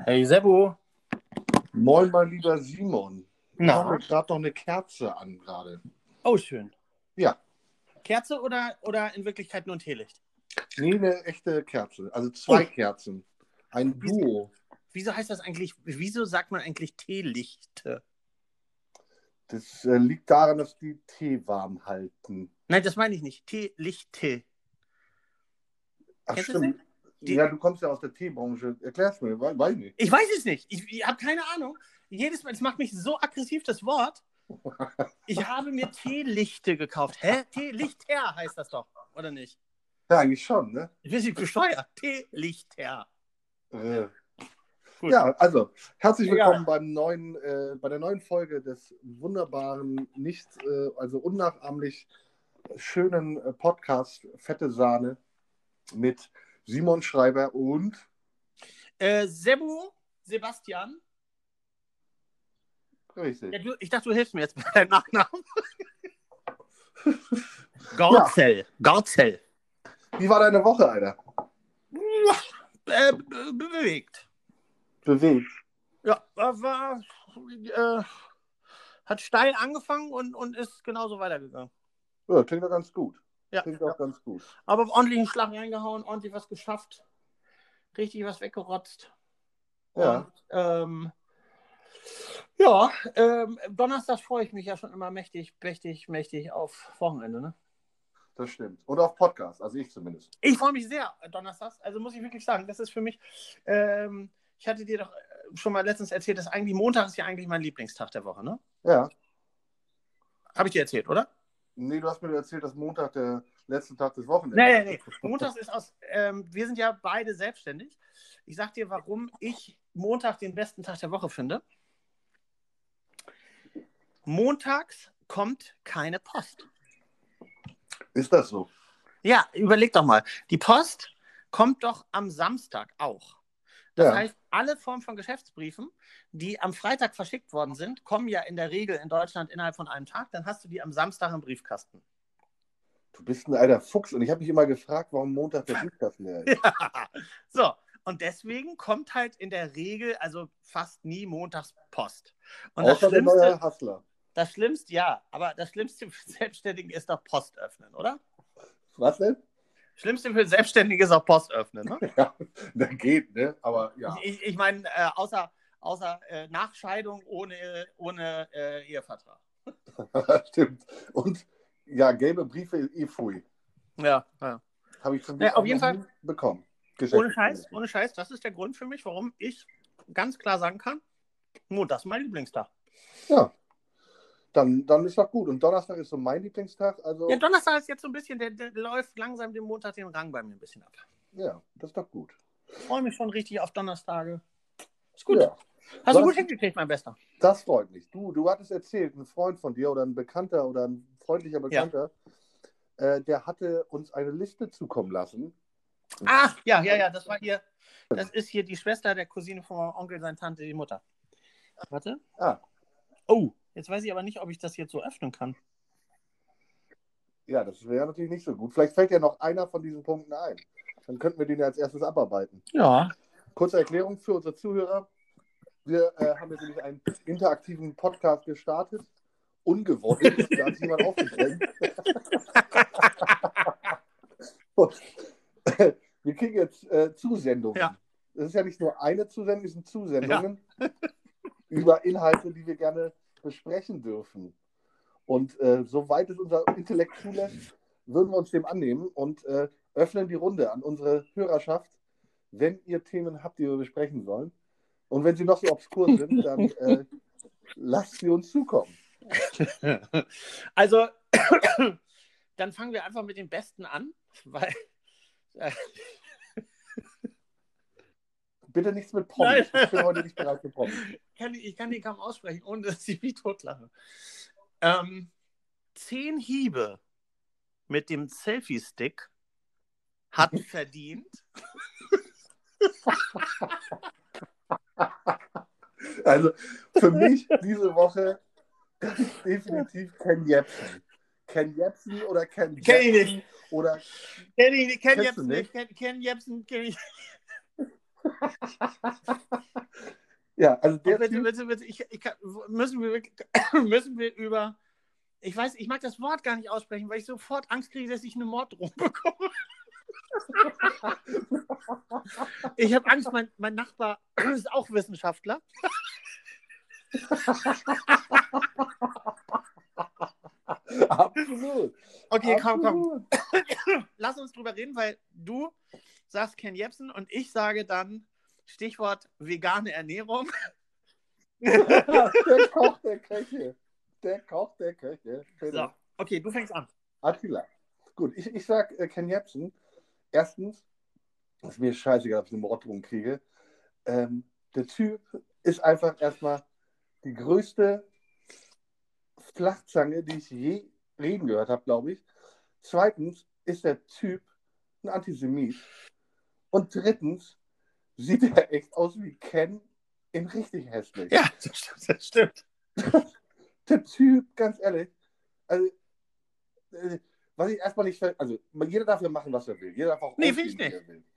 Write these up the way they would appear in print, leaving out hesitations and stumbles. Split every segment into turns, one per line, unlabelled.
Hey Sebo.
Moin, mein lieber Simon. Ich
Na?
habe mir gerade noch eine Kerze an gerade.
Oh, schön.
Ja,
Kerze oder in Wirklichkeit nur ein Teelicht?
nee, eine echte Kerze. Also zwei
Oh.
Kerzen. Ein Duo.
Wieso heißt das eigentlich, wieso sagt man eigentlich Teelichte?
Das liegt daran, dass die Tee warm halten.
Nein, das meine ich nicht. Teelichte.
Ach,
Kennst du das
stimmt.
nicht?
Ja, du kommst ja aus der Teebranche. Erklär's mir, weiß nicht.
Ich weiß es nicht. Ich habe keine Ahnung. Jedes Mal, es macht mich so aggressiv, das Wort. Ich habe mir Teelichte gekauft. Hä? Teelichter heißt das doch, oder nicht?
Ja, eigentlich schon, ne?
Ich bin nicht bescheuert. Teelichter. Gut.
Ja, also, herzlich willkommen
Ja.
bei der neuen Folge des wunderbaren, also unnachahmlich schönen Podcast Fette Sahne mit Simon Schreiber und
Sebastian.
richtig.
Ja, ich dachte, du hilfst mir jetzt bei deinem Nachnamen. Garzel. Garzel.
Wie war deine Woche, Alter?
Bewegt.
Bewegt.
Ja, hat steil angefangen und ist genauso weitergegangen.
Ja, klingt doch ganz gut.
Ja.
Klingt auch ganz gut.
Aber ordentlich einen Schlag reingehauen, ordentlich was geschafft, richtig was weggerotzt.
Ja.
Und Donnerstag freue ich mich ja schon immer mächtig auf Wochenende, ne?
Das stimmt. Und auf Podcast, also ich zumindest.
Ich freue mich sehr, donnerstags. Also muss ich wirklich sagen, das ist für mich, ich hatte dir doch schon mal letztens erzählt, dass eigentlich Montag ist ja eigentlich mein Lieblingstag der Woche, ne?
Ja.
Habe ich dir erzählt, oder?
Nee, du hast mir erzählt, dass Montag der letzte Tag des Wochenendes ist.
Nee. Montags ist wir sind ja beide selbstständig. Ich sag dir, warum ich Montag den besten Tag der Woche finde. Montags kommt keine Post.
Ist das so?
Ja, überleg doch mal. Die Post kommt doch am Samstag auch. Das heißt, alle Formen von Geschäftsbriefen, die am Freitag verschickt worden sind, kommen ja in der Regel in Deutschland innerhalb von einem Tag. Dann hast du die am Samstag im Briefkasten.
Du bist ein alter Fuchs und ich habe mich immer gefragt, warum Montag der Briefkasten leer ist.
Ja. So, und deswegen kommt halt in der Regel, also fast nie montags Post. Und
Außer der neue Hustler.
Das Schlimmste, ja, aber das Schlimmste für Selbstständigen ist doch Post öffnen, oder?
Was denn?
Schlimmste für Selbstständige ist auch Post öffnen, ne?
Ja, das geht, ne? Aber ja.
Ich meine, außer Nachscheidung ohne Ehevertrag.
Stimmt. Und ja, gelbe Briefe, pfui.
Ja.
Habe ich von
dir auf jeden Fall
bekommen.
Ohne Scheiß, das ist der Grund für mich, warum ich ganz klar sagen kann, Montag ist mein Lieblingstag.
Ja, dann ist doch gut. Und Donnerstag ist so mein Lieblingstag. Also...
Ja, Donnerstag ist jetzt so ein bisschen, der läuft langsam den Montag den Rang bei mir ein bisschen ab.
Ja, das ist doch gut.
Ich freue mich schon richtig auf Donnerstage. Ist gut.
Ja.
Hast du gut hingekriegt, mein Bester.
Das freut mich. Du hattest erzählt, ein Freund von dir oder ein Bekannter oder ein freundlicher Bekannter, der hatte uns eine Liste zukommen lassen.
Ach, ja, das war hier. Das ist hier die Schwester der Cousine von meinem Onkel, seine Tante, die Mutter. Warte. Oh, jetzt weiß ich aber nicht, ob ich das jetzt so öffnen kann.
Ja, das wäre natürlich nicht so gut. Vielleicht fällt ja noch einer von diesen Punkten ein. Dann könnten wir den ja als erstes abarbeiten.
Ja.
Kurze Erklärung für unsere Zuhörer. Wir haben jetzt nämlich einen interaktiven Podcast gestartet. Ungewollt. Da hat sich jemand aufgedrängt. Wir kriegen jetzt Zusendungen.
Ja.
Das ist ja nicht nur eine Zusendung, es sind Zusendungen über Inhalte, die wir gerne besprechen dürfen. Und soweit es unser Intellekt zulässt, würden wir uns dem annehmen und öffnen die Runde an unsere Hörerschaft, wenn ihr Themen habt, die wir besprechen sollen. Und wenn sie noch so obskur sind, dann lasst sie uns zukommen.
Also, dann fangen wir einfach mit den Besten an, weil...
Bitte nichts mit Pommes.
Nein.
Ich bin heute nicht bereit für Pommes.
Ich kann die kaum aussprechen, ohne dass ich mich totlache. 10 Hiebe mit dem Selfie-Stick hat verdient.
Also für mich diese Woche definitiv Ken Jebsen. Ken Jebsen oder Ken Jebsen?
Kenn ich nicht.
Oder
Ken Jebsen nicht. Ken Jebsen kenn ich.
Ja, also der
bitte, müssen wir über... Ich weiß, ich mag das Wort gar nicht aussprechen, weil ich sofort Angst kriege, dass ich eine Morddrohung bekomme. Ich habe Angst, mein Nachbar ist auch Wissenschaftler.
Absolut.
Okay,
Absolut.
komm. Lass uns drüber reden, weil du sagst Ken Jebsen und ich sage dann Stichwort vegane Ernährung.
Der Koch der Köche. Der Koch der Köche.
So, okay, du fängst an.
Attila. Gut, ich sag Ken Jebsen. Erstens, ist mir scheißegal, ob ich eine Morddrohung kriege. Der Typ ist einfach erstmal die größte Flachzange, die ich je reden gehört habe, glaube ich. Zweitens ist der Typ ein Antisemit. Und drittens sieht er echt aus wie Ken in richtig hässlich.
Ja, das stimmt.
Der Typ, ganz ehrlich, also, was ich erstmal nicht, also jeder darf ja machen, was er will. Jeder darf auch
Nee, finde
aussehen,
ich
wie
nicht.
er will.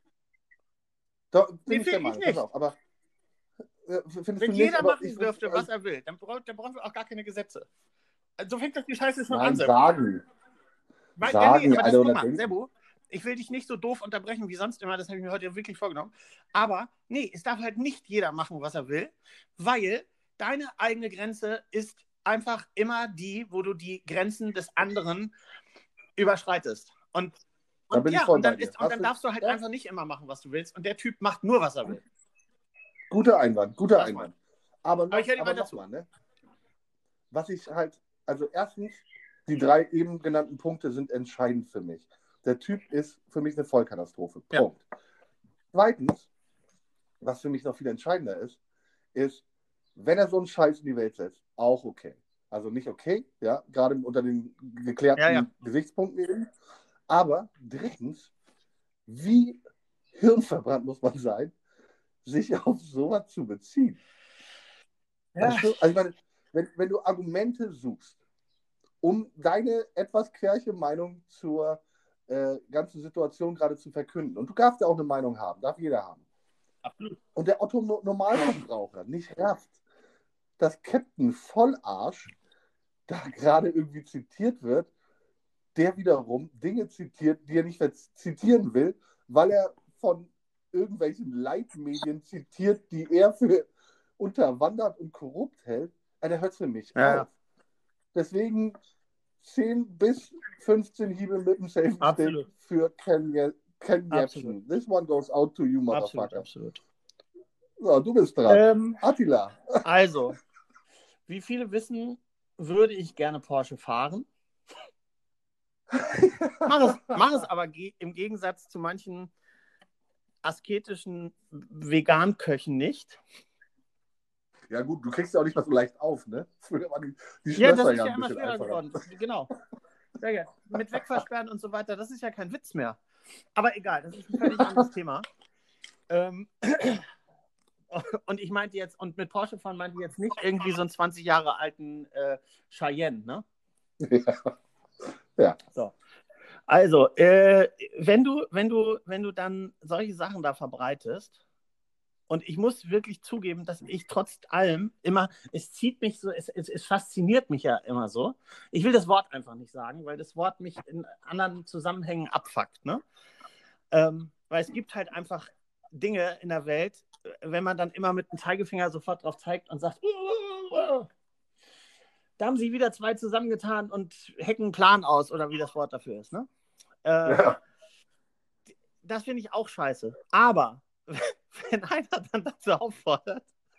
Da bin
Nee,
ich der
finde ich
Meinung.
nicht.
Pass auf, aber findest
Wenn
du
jeder
nicht, aber
machen dürfte, was er will, dann brauchen wir auch gar keine Gesetze. So fängt das die Scheiße schon an.
Nein, sagen.
Ja,
Sagen,
nee, aber das, guck mal,
denken.
Sebo, ich will dich nicht so doof unterbrechen wie sonst immer, das habe ich mir heute wirklich vorgenommen. Aber nee, es darf halt nicht jeder machen, was er will, weil deine eigene Grenze ist einfach immer die, wo du die Grenzen des anderen überschreitest. Und
Da bin ich
ja,
voll
und dann,
bei dir.
dann darfst du halt einfach nicht immer machen, was du willst. Und der Typ macht nur, was er will.
Guter Einwand, guter
Das
Einwand. Aber
ich höre dir mal
noch
dazu.
mal, ne? Was ich halt, also erstens, die 3 eben genannten Punkte sind entscheidend für mich. Der Typ ist für mich eine Vollkatastrophe. Punkt. Ja. Zweitens, was für mich noch viel entscheidender ist, wenn er so einen Scheiß in die Welt setzt, auch okay. Also nicht okay, ja, gerade unter den geklärten Gesichtspunkten eben. Aber drittens, wie hirnverbrannt muss man sein, sich auf sowas zu beziehen? Ja. Also ich meine, wenn du Argumente suchst, um deine etwas querche Meinung zur ganzen Situation gerade zu verkünden, und du darfst ja auch eine Meinung haben, darf jeder haben.
Absolut.
Und der Otto-Normalverbraucher nicht rafft, dass Captain Vollarsch da gerade irgendwie zitiert wird, der wiederum Dinge zitiert, die er nicht zitieren will, weil er von irgendwelchen Leitmedien zitiert, die er für unterwandert und korrupt hält. Der hört es für mich auf. Deswegen 10 bis 15 Hiebe mit dem Safety-Stick für Ken Jebsen. This one goes out to you, Motherfucker.
Absolut.
So, du bist dran. Attila.
Also, wie viele wissen, würde ich gerne Porsche fahren. Mach es aber im Gegensatz zu manchen asketischen Vegan-Köchen nicht.
Ja gut, du kriegst ja auch nicht mal so leicht auf, ne? Früher waren die
Schlösser
das ist
ja immer schwerer geworden. Genau. Ja. Mit Wegversperren und so weiter, das ist ja kein Witz mehr. Aber egal, das ist ein völlig anderes Thema. Und ich meinte jetzt, und mit Porsche fahren meinte ich jetzt nicht irgendwie so einen 20 Jahre alten Cheyenne, ne?
Ja.
So. Also, wenn du dann solche Sachen da verbreitest, und ich muss wirklich zugeben, dass ich trotz allem immer, es zieht mich so, es fasziniert mich ja immer so. Ich will das Wort einfach nicht sagen, weil das Wort mich in anderen Zusammenhängen abfuckt, ne? Weil es gibt halt einfach Dinge in der Welt, wenn man dann immer mit dem Zeigefinger sofort drauf zeigt und sagt, da haben sie wieder 2 zusammengetan und hacken einen Plan aus, oder wie das Wort dafür ist, ne? Das finde ich auch scheiße. Aber wenn einer dann dazu auffordert,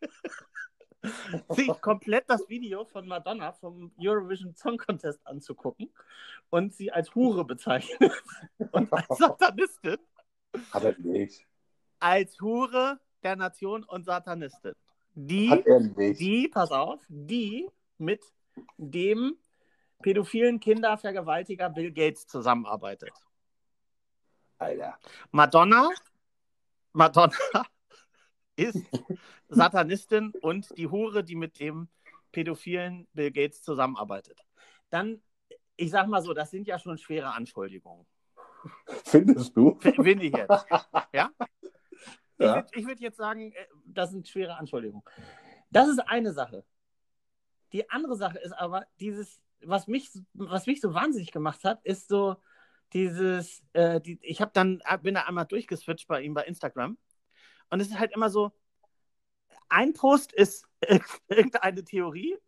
sich komplett das Video von Madonna vom Eurovision Song Contest anzugucken und sie als Hure bezeichnet und als Satanistin.
Aber nicht.
Als Hure der Nation und Satanistin. Die, pass auf, die mit dem pädophilen Kindervergewaltiger Bill Gates zusammenarbeitet.
Alter.
Madonna ist Satanistin und die Hure, die mit dem pädophilen Bill Gates zusammenarbeitet. Dann, ich sag mal so, das sind ja schon schwere Anschuldigungen.
Findest du?
Finde ich jetzt. Ja? Ich würd jetzt sagen, das sind schwere Anschuldigungen. Das ist eine Sache. Die andere Sache ist aber dieses, was mich so wahnsinnig gemacht hat, ist so dieses, bin da einmal durchgeswitcht bei ihm bei Instagram und es ist halt immer so, ein Post ist irgendeine Theorie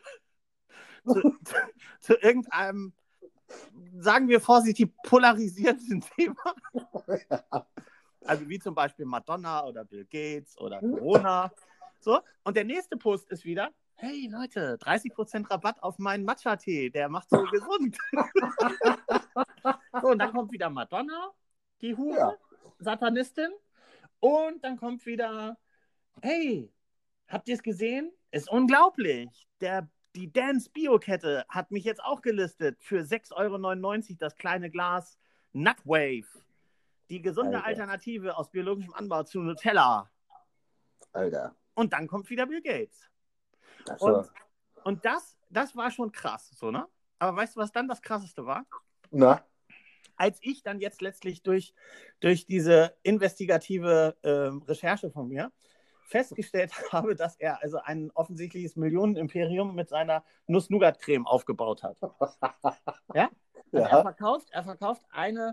zu irgendeinem, sagen wir vorsichtig, polarisierenden Thema. Also wie zum Beispiel Madonna oder Bill Gates oder Corona. So. Und der nächste Post ist wieder, hey Leute, 30% Rabatt auf meinen Matcha-Tee, der macht so gesund. So, und dann kommt wieder Madonna, die Hure, Satanistin. Und dann kommt wieder, hey, habt ihr es gesehen? Ist unglaublich. Die Dance Bio-Kette hat mich jetzt auch gelistet für 6,99 € das kleine Glas Nutwave. Die gesunde Alternative aus biologischem Anbau zu Nutella.
Alter.
Und dann kommt wieder Bill Gates. Und das war schon krass, so, ne? Aber weißt du, was dann das Krasseste war?
Na?
Als ich dann jetzt letztlich durch diese investigative Recherche von mir festgestellt habe, dass er also ein offensichtliches Millionenimperium mit seiner Nuss-Nougat-Creme aufgebaut hat. Ja? Also er verkauft eine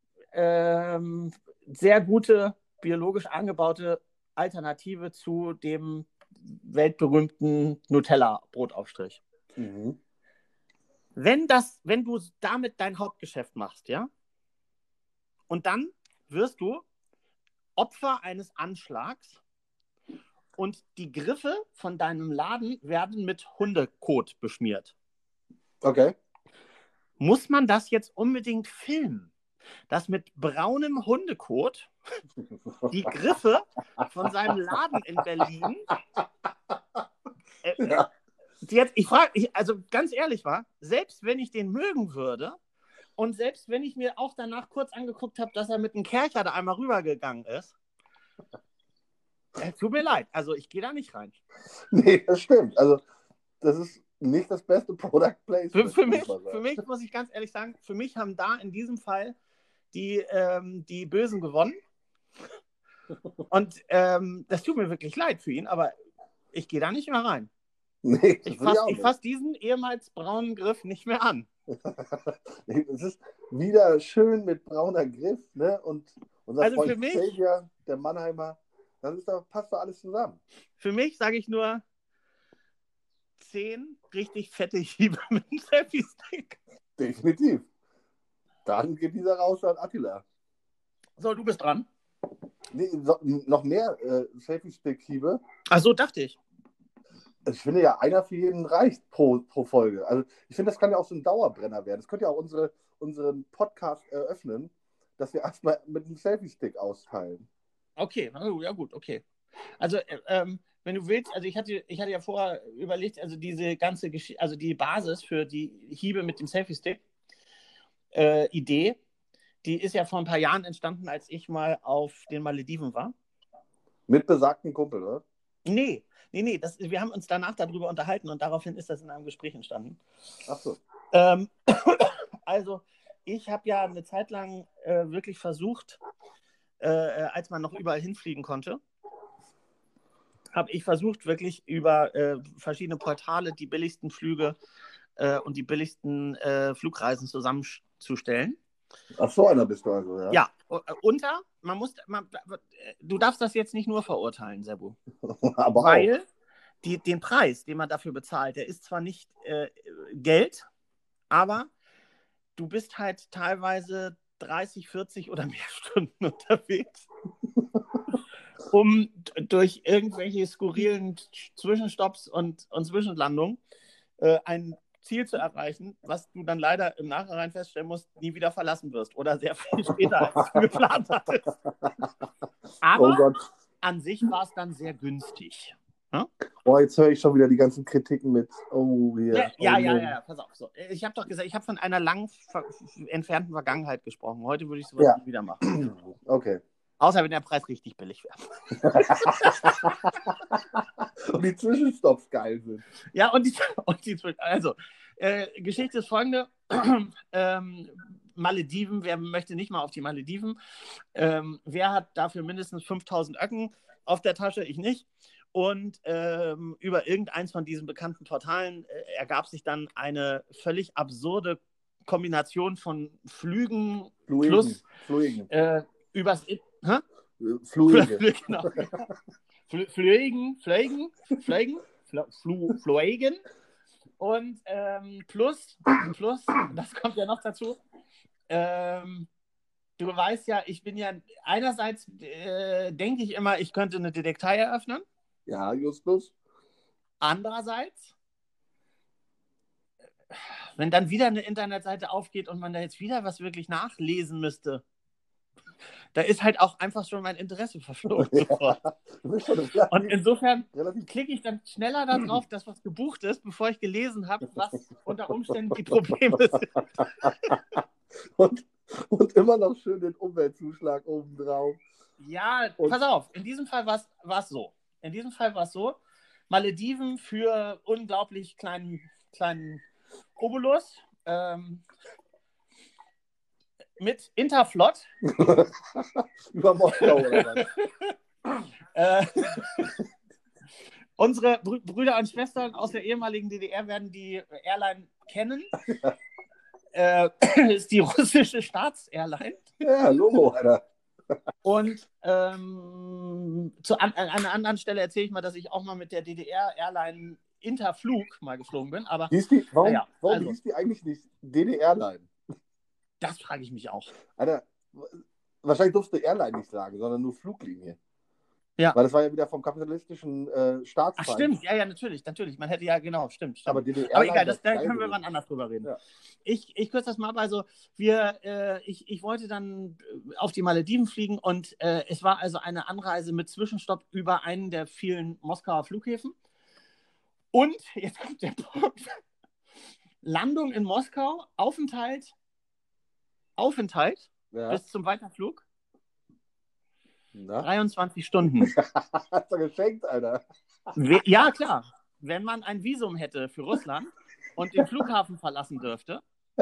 sehr gute, biologisch angebaute Alternative zu dem weltberühmten Nutella-Brotaufstrich.
Mhm.
Wenn du damit dein Hauptgeschäft machst, ja, und dann wirst du Opfer eines Anschlags und die Griffe von deinem Laden werden mit Hundekot beschmiert.
Okay.
Muss man das jetzt unbedingt filmen? Dass mit braunem Hundekot die Griffe von seinem Laden in Berlin also ganz ehrlich selbst wenn ich den mögen würde und selbst wenn ich mir auch danach kurz angeguckt habe, dass er mit einem Kercher da einmal rübergegangen ist, tut mir leid, also ich gehe da nicht rein.
Nee, das stimmt. Also das ist nicht das beste Product Placement.
Für mich muss ich ganz ehrlich sagen, für mich haben da in diesem Fall die Bösen gewonnen. Und das tut mir wirklich leid für ihn, aber ich gehe da nicht mehr rein.
Nee,
ich fasse diesen ehemals braunen Griff nicht mehr an.
Es ist wieder schön mit brauner Griff, ne? Und unser
also
Freund
für mich,
Xavier, der Mannheimer, passt doch alles zusammen.
Für mich sage ich nur 10 richtig fette Hiebe mit einem Selfie-Stick.
Definitiv. Dann geht dieser raus an Attila.
So, du bist dran.
Nee, noch mehr Selfie-Stick-Hiebe.
Ach so, dachte ich.
Also ich finde ja, einer für jeden reicht pro Folge. Also ich finde, das kann ja auch so ein Dauerbrenner werden. Das könnte ja auch unseren Podcast eröffnen, dass wir erstmal mit einem Selfie-Stick austeilen.
Okay, ja gut, okay. Also wenn du willst, also ich hatte ja vorher überlegt, also diese ganze Geschichte, also die Basis für die Hiebe mit dem Selfie-Stick Idee, die ist ja vor ein paar Jahren entstanden, als ich mal auf den Malediven war.
Mit besagten Kumpel, oder?
Nee, wir haben uns danach darüber unterhalten und daraufhin ist das in einem Gespräch entstanden.
Ach so.
Also, ich habe ja eine Zeit lang wirklich versucht, als man noch überall hinfliegen konnte, habe ich versucht, wirklich über verschiedene Portale die billigsten Flüge und die billigsten Flugreisen zusammenzustellen.
Ach, so einer bist du also, ja?
Ja, du darfst das jetzt nicht nur verurteilen, Sebu.
Aber
weil den Preis, den man dafür bezahlt, der ist zwar nicht Geld, aber du bist halt teilweise 30, 40 oder mehr Stunden unterwegs, um durch irgendwelche skurrilen Zwischenstopps und Zwischenlandungen ein Ziel zu erreichen, was du dann leider im Nachhinein feststellen musst, nie wieder verlassen wirst oder sehr viel später, als du geplant hattest. Aber an sich war es dann sehr günstig. Hm?
Oh, jetzt höre ich schon wieder die ganzen Kritiken mit. Oh, yeah.
Ja, pass auf. So. Ich habe doch gesagt, ich habe von einer lang entfernten Vergangenheit gesprochen. Heute würde ich sowas nicht wieder machen.
Okay.
Außer wenn der Preis richtig billig wäre.
Und die Zwischenstopps geil sind.
Ja, also, Geschichte ist folgende. Malediven, wer möchte nicht mal auf die Malediven? Wer hat dafür mindestens 5.000 Öcken auf der Tasche? Ich nicht. Und über irgendeins von diesen bekannten Portalen ergab sich dann eine völlig absurde Kombination von Flügen plus übers... Hä?
Fluege.
Genau. Fluegen und plus, das kommt ja noch dazu, du weißt ja, ich bin ja, einerseits denke ich immer, ich könnte eine Detektei eröffnen.
Ja, Justus.
Andererseits, wenn dann wieder eine Internetseite aufgeht und man da jetzt wieder was wirklich nachlesen müsste, da ist halt auch einfach schon mein Interesse verflogen.
Ja,
und insofern klicke ich dann schneller darauf, dass was gebucht ist, bevor ich gelesen habe, was unter Umständen die Probleme sind.
Und immer noch schön den Umweltzuschlag obendrauf.
Ja, pass auf, in diesem Fall war es so. Malediven für unglaublich kleinen Obolus. Mit Interflot.
Über Moskau oder was?
Unsere Brüder und Schwestern aus der ehemaligen DDR werden die Airline kennen. Ist die russische Staatsairline.
Ja, Logo, Alter.
Und an einer anderen Stelle erzähle ich mal, dass ich auch mal mit der DDR-Airline Interflug mal geflogen bin. Aber,
warum hieß die eigentlich nicht DDR-Line?
Das frage ich mich auch.
Alter, wahrscheinlich durfst du Airline nicht sagen, sondern nur Fluglinie.
Ja.
Weil das war ja wieder vom kapitalistischen Staatsfeind.
Ach stimmt, ja, natürlich. Man hätte ja, genau, stimmt.
Aber
egal, da können wir wann anders drüber reden. Ja. Ich kürze das mal ab. Also, ich wollte dann auf die Malediven fliegen und es war also eine Anreise mit Zwischenstopp über einen der vielen Moskauer Flughäfen. Und, jetzt kommt der Punkt, Landung in Moskau, Aufenthalt bis zum Weiterflug. 23 Stunden.
Hast du geschenkt, Alter.
Ja, klar. Wenn man ein Visum hätte für Russland und den Flughafen verlassen dürfte,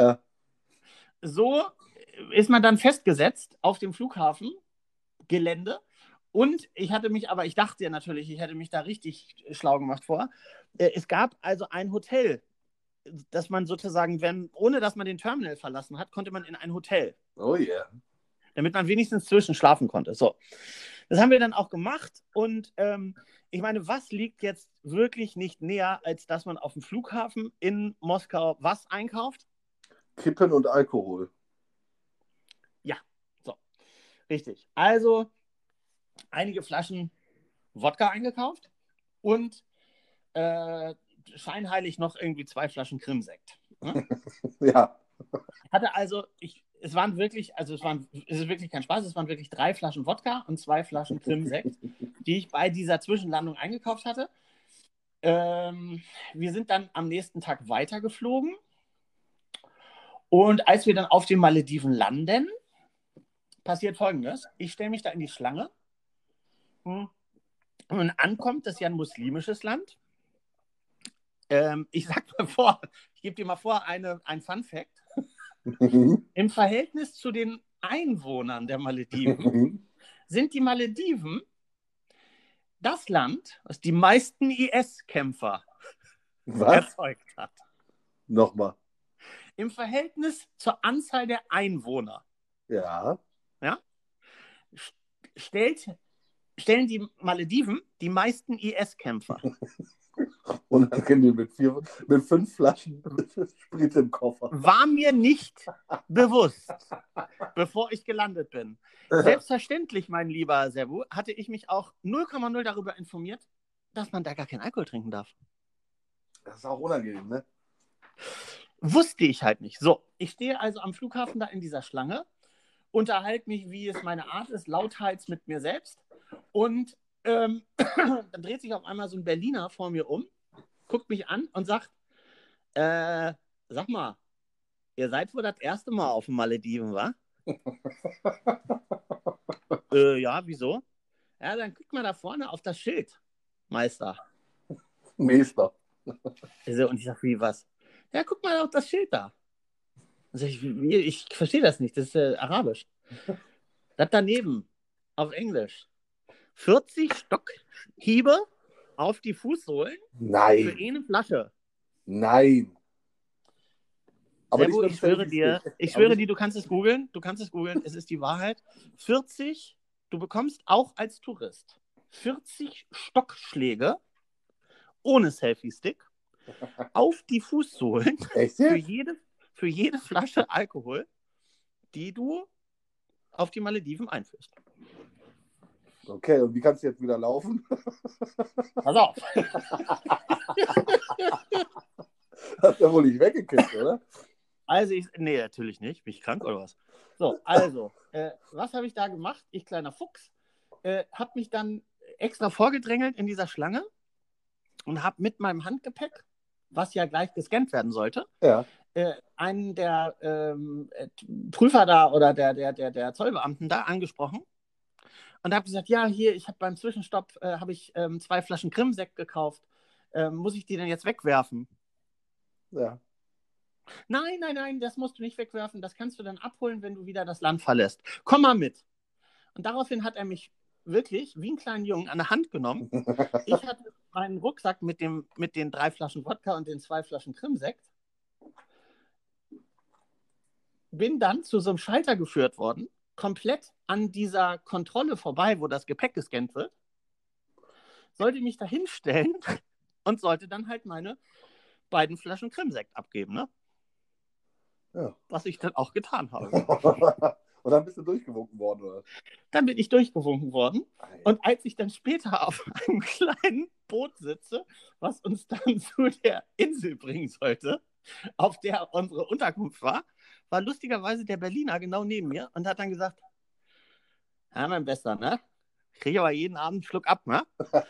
so ist man dann festgesetzt auf dem Flughafengelände. Und ich dachte ja natürlich, ich hätte mich da richtig schlau gemacht vor. Es gab also ein Hotel, dass man sozusagen, ohne dass man den Terminal verlassen hat, konnte man in ein Hotel.
Oh yeah.
Damit man wenigstens schlafen konnte. So. Das haben wir dann auch gemacht und ich meine, was liegt jetzt wirklich nicht näher, als dass man auf dem Flughafen in Moskau was einkauft?
Kippen und Alkohol.
Ja, so. Richtig. Also einige Flaschen Wodka eingekauft und scheinheilig noch irgendwie 2 Flaschen Krimsekt. Ne?
Ja.
Es ist wirklich kein Spaß, es waren wirklich 3 Flaschen Wodka und 2 Flaschen Krimsekt, die ich bei dieser Zwischenlandung eingekauft hatte. Wir sind dann am nächsten Tag weitergeflogen und als wir dann auf den Malediven landen, passiert Folgendes. Ich stelle mich da in die Schlange und ankommt, das ist ja ein muslimisches Land. Ich gebe dir mal vor, ein Fun-Fact. Im Verhältnis zu den Einwohnern der Malediven sind die Malediven das Land, was die meisten IS-Kämpfer erzeugt hat.
Nochmal.
Im Verhältnis zur Anzahl der Einwohner.
Ja.
Stellen die Malediven die meisten IS-Kämpfer.
Und dann kennen die mit 5 Flaschen Sprit im Koffer.
War mir nicht bewusst, bevor ich gelandet bin. Selbstverständlich, mein lieber Servu, hatte ich mich auch 0,0 darüber informiert, dass man da gar keinen Alkohol trinken darf.
Das ist auch unangenehm, ne?
Wusste ich halt nicht. So, ich stehe also am Flughafen da in dieser Schlange, unterhalte mich, wie es meine Art ist, lauthals mit mir selbst und dann dreht sich auf einmal so ein Berliner vor mir um, guckt mich an und sagt, sag mal, ihr seid wohl das erste Mal auf den Malediven, wa? Ja, wieso? Ja, dann guck mal da vorne auf das Schild, Meister.
Meister.
Und ich sag, wie, was? Ja, guck mal auf das Schild da. sag ich verstehe das nicht, das ist Arabisch. Das daneben, auf Englisch. 40 Stockhiebe auf die Fußsohlen für
Nein,
eine Flasche.
nein. Aber nicht
Servo,
mit dem Selfie-Stick.
ich schwöre dir, du kannst es googeln, es ist die Wahrheit. 40, du bekommst auch als Tourist 40 Stockschläge ohne Selfie-Stick auf die Fußsohlen
Echt
für
jetzt?
jede Flasche Alkohol, die du auf die Malediven einführst.
Okay, und wie kannst du jetzt wieder laufen?
Pass auf.
Hast du ja wohl nicht weggekippt, oder?
Also, nee, natürlich nicht. Bin ich krank oder was? So, also, was habe ich da gemacht? Ich, kleiner Fuchs, habe mich dann extra vorgedrängelt in dieser Schlange und habe mit meinem Handgepäck, was ja gleich gescannt werden sollte,
Ja.
einen der Prüfer da oder der Zollbeamten da angesprochen und habe gesagt, ja, hier, ich habe beim Zwischenstopp habe ich 2 Flaschen Krimsekt gekauft. Muss ich die denn jetzt wegwerfen?
Ja.
Nein, das musst du nicht wegwerfen. Das kannst du dann abholen, wenn du wieder das Land verlässt. Komm mal mit. Und daraufhin hat er mich wirklich wie einen kleinen Jungen an der Hand genommen. Ich hatte meinen Rucksack mit den 3 Flaschen Wodka und den 2 Flaschen Krimsekt. Bin dann zu so einem Schalter geführt worden, komplett an dieser Kontrolle vorbei, wo das Gepäck gescannt wird. Sollte mich da hinstellen und sollte dann halt meine beiden Flaschen Krimsekt abgeben, ne?
Ja.
Was ich dann auch getan habe.
Und dann bist du durchgewunken worden, oder?
Dann bin ich durchgewunken worden. Und als ich dann später auf einem kleinen Boot sitze, was uns dann zu der Insel bringen sollte, auf der unsere Unterkunft war lustigerweise der Berliner genau neben mir und hat dann gesagt, ja, mein Bester, ne? Ich kriege aber jeden Abend einen Schluck ab, ne?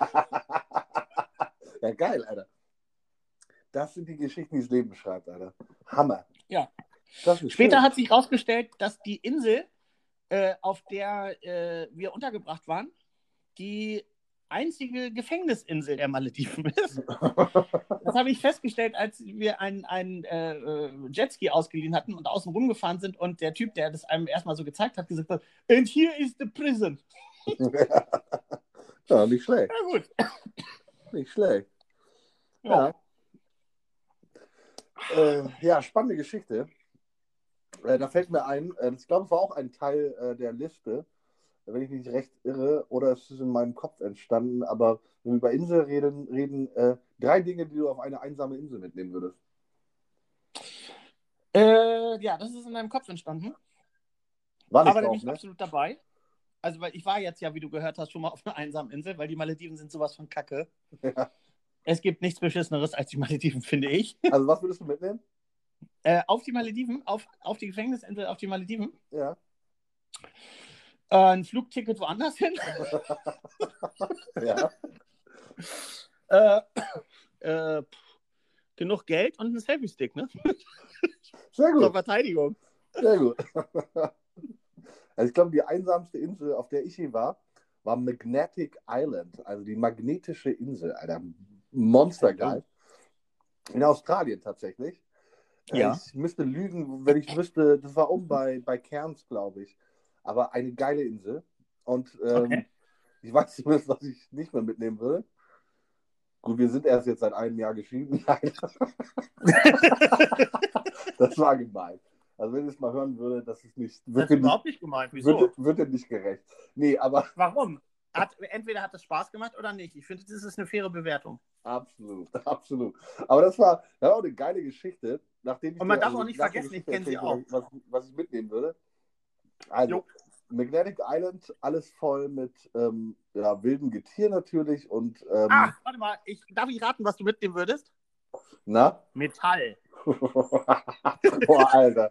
Ja, geil, Alter. Das sind die Geschichten, die das Leben schreibt, Alter. Hammer.
Ja.
Das ist
Später
schön.
hat sich herausgestellt, dass die Insel, auf der wir untergebracht waren, die einzige Gefängnisinsel der Malediven ist. Das habe ich festgestellt, als wir einen Jetski ausgeliehen hatten und außen rumgefahren sind und der Typ, der das einem erstmal so gezeigt hat, gesagt hat, and here is the prison.
Ja, nicht schlecht.
Ja, gut.
Nicht schlecht.
Ja.
Ja, spannende Geschichte. Da fällt mir ein, ich glaube, es war auch ein Teil der Liste, wenn ich mich recht irre, oder es ist in meinem Kopf entstanden, aber wenn wir über Insel reden 3 Dinge, die du auf eine einsame Insel mitnehmen würdest.
Ja, das ist in deinem Kopf entstanden.
War nicht
aber da
drauf,
bin ich
ne?
absolut dabei. Also, weil ich war jetzt ja, wie du gehört hast, schon mal auf einer einsamen Insel, weil die Malediven sind sowas von Kacke.
Ja.
Es gibt nichts Beschisseneres als die Malediven, finde ich.
Also was würdest du mitnehmen?
Auf die Malediven, auf die Gefängnisinsel, auf die Malediven.
Ja.
Ein Flugticket woanders hin.
Ja.
Genug Geld und ein Selfie-Stick, ne?
Sehr gut.
Zur Verteidigung.
Sehr gut. Also ich glaube, die einsamste Insel, auf der ich je war Magnetic Island, also die magnetische Insel, Alter. Monstergeil. In Australien tatsächlich.
Ja.
Ich müsste lügen, wenn ich wüsste, das war bei Cairns, glaube ich. Aber eine geile Insel. Und
Okay.
ich weiß zumindest, was ich nicht mehr mitnehmen würde. Gut, wir sind erst jetzt seit einem Jahr geschieden. Nein. Das war gemein. Also wenn ich es mal hören würde, das ist nicht...
Das ist überhaupt nicht gemeint. Wieso?
Wird dir nicht gerecht. Nee, aber...
Warum? Entweder hat es Spaß gemacht oder nicht. Ich finde, das ist eine faire Bewertung.
Absolut, absolut. Aber das war auch eine geile Geschichte. Nachdem ich
und man darf auch nicht vergessen, ich kenne sie auch.
Was ich mitnehmen würde. Also, Magnetic Island, alles voll mit wildem Getier natürlich und...
warte mal, darf ich raten, was du mitnehmen würdest?
Na?
Metall.
Boah, Alter.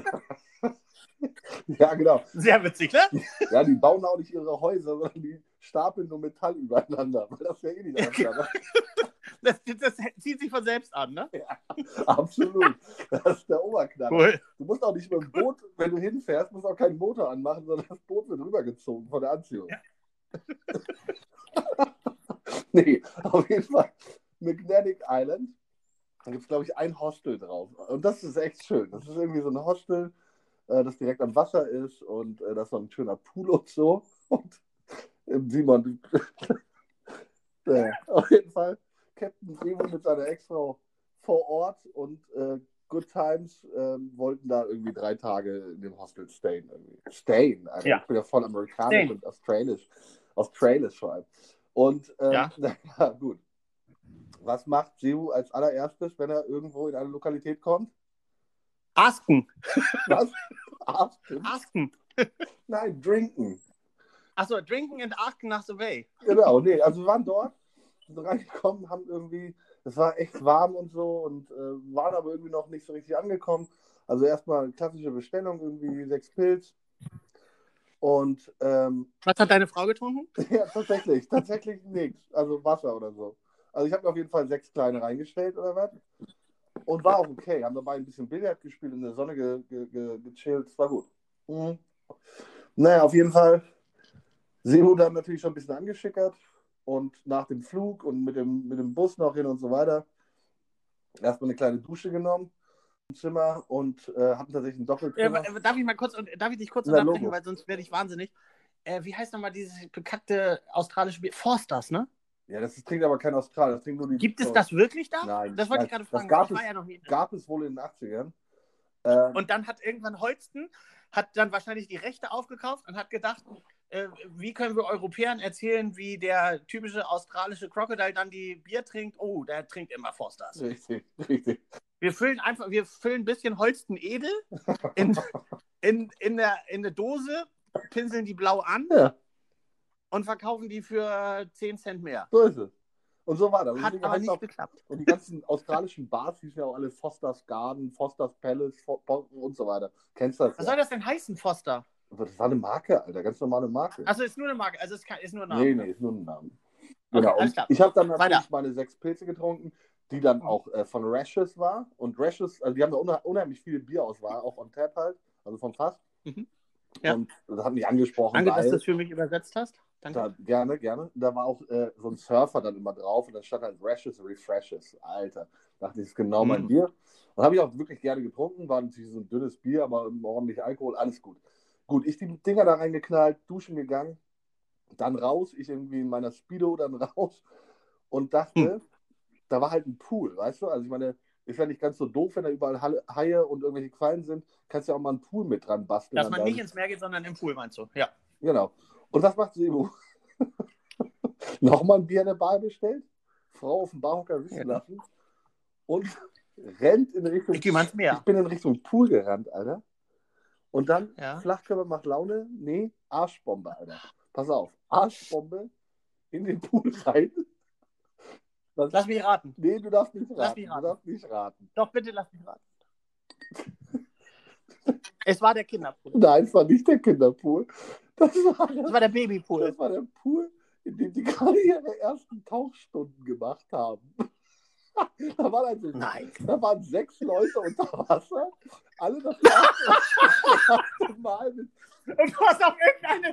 Ja, genau.
Sehr witzig, ne?
Ja, die bauen auch nicht ihre Häuser, sondern die stapeln nur Metall übereinander, weil das wäre eh nicht anders.
Das zieht sich von selbst an, ne?
Ja, absolut. Das ist der Oberknaller.
Cool.
Du musst auch nicht mit dem Boot, wenn du hinfährst, musst auch keinen Motor anmachen, sondern das Boot wird rübergezogen von der Anziehung. Ja. Nee, auf jeden Fall Magnetic Island. Da gibt es, glaube ich, ein Hostel drauf. Und das ist echt schön. Das ist irgendwie so ein Hostel, das direkt am Wasser ist und das ist so ein schöner Pool und so. Und Simon, auf jeden Fall, Captain Simon mit seiner Ex-Frau vor Ort und Good Times wollten da irgendwie 3 Tage in dem Hostel stayen. Stayen, Alter.
Ja.
Ich bin ja voll amerikanisch und australisch vor allem. Und
Ja.
ja, gut. Was macht Sebu als allererstes, wenn er irgendwo in eine Lokalität kommt?
Asken.
Was? Asken?
Asken.
Nein, drinken.
Achso, drinking and asken nach the way.
Genau, nee, also wir waren dort, sind reingekommen, haben irgendwie, es war echt warm und so und waren aber irgendwie noch nicht so richtig angekommen. Also erstmal klassische Bestellung, irgendwie 6 Pilz. Und
was hat deine Frau getrunken?
ja, tatsächlich nichts. Also Wasser oder so. Also ich habe mir auf jeden Fall 6 kleine reingestellt oder was. Und war auch okay. Haben dabei ein bisschen Billard gespielt, in der Sonne gechillt. Es war gut. Mhm. Naja, auf jeden Fall. Sebu dann natürlich schon ein bisschen angeschickert. Und nach dem Flug und mit dem Bus noch hin und so weiter, erstmal eine kleine Dusche genommen im Zimmer und hatten tatsächlich ein Doppelzimmer.
Darf ich dich kurz unterbrechen, weil sonst werde ich wahnsinnig. Wie heißt nochmal dieses bekackte australische Bier? Forsters, ne?
Ja, das trinkt aber kein Austral. Das trinkt nur die.
Gibt es das wirklich da?
Nein.
Das wollte ich gerade fragen.
Das gab es wohl in den 80ern.
Und dann hat irgendwann Holsten dann wahrscheinlich die Rechte aufgekauft und hat gedacht, wie können wir Europäern erzählen, wie der typische australische Crocodile dann die Bier trinkt? Oh, der trinkt immer Forsters.
Richtig.
Wir füllen ein bisschen Holsten edel in eine Dose, pinseln die blau an und verkaufen die für 10 Cent mehr.
So ist es. Und so war das.
Hat aber nicht geklappt.
Und die ganzen australischen Bars hießen ja auch alle Foster's Garden, Foster's Palace und so weiter. Kennst du das?
Was soll das denn heißen, Foster?
Das war eine Marke, Alter. Ganz normale Marke.
Also ist nur eine Marke. Also ist nur ein Name.
Nee, ist nur ein Name. Genau.
Okay,
und ich habe dann natürlich meine 6 Pilze getrunken, die dann auch von Rashes war. Und Rashes, also die haben da unheimlich viele Bierauswahl, auch on tap halt, also vom Fass.
Mhm. Ja.
Und das hat mich angesprochen.
Danke, dass du das für mich übersetzt hast. Danke.
Gerne. Da war auch so ein Surfer dann immer drauf und dann stand halt Rashes Refreshes. Alter, dachte ich, das ist genau mein Bier. Und habe ich auch wirklich gerne getrunken. War natürlich so ein dünnes Bier, aber ordentlich Alkohol, alles gut. Gut, ich die Dinger da reingeknallt, duschen gegangen, dann raus, ich irgendwie in meiner Speedo dann raus und dachte, da war halt ein Pool, weißt du? Also ich meine, ist ja nicht ganz so doof, wenn da überall Haie und irgendwelche Quallen sind, kannst ja auch mal einen Pool mit dran basteln.
Dass man nicht ins Meer geht, sondern im Pool, meinst du? Ja.
Genau. Und was macht Sebu? Nochmal ein Bier in der Bar bestellt, Frau auf dem Barhocker wissen lassen und rennt in Richtung...
Ich gehe mal ins Meer.
Ich bin in Richtung Pool gerannt, Alter. Und dann, Flachkörper macht Laune, nee, Arschbombe, Alter. Pass auf, Arschbombe in den Pool rein.
Lass mich raten.
Nee, du darfst nicht raten. Du darfst nicht raten.
Doch, bitte lass mich raten. Es war der Kinderpool.
Nein, es war nicht der Kinderpool. Das
war der Babypool.
Das war der Pool, in dem die gerade ihre ersten Tauchstunden gemacht haben. Da waren 6 Leute unter Wasser. Alle das erste Mal mit.
Und du hast auf irgendeine.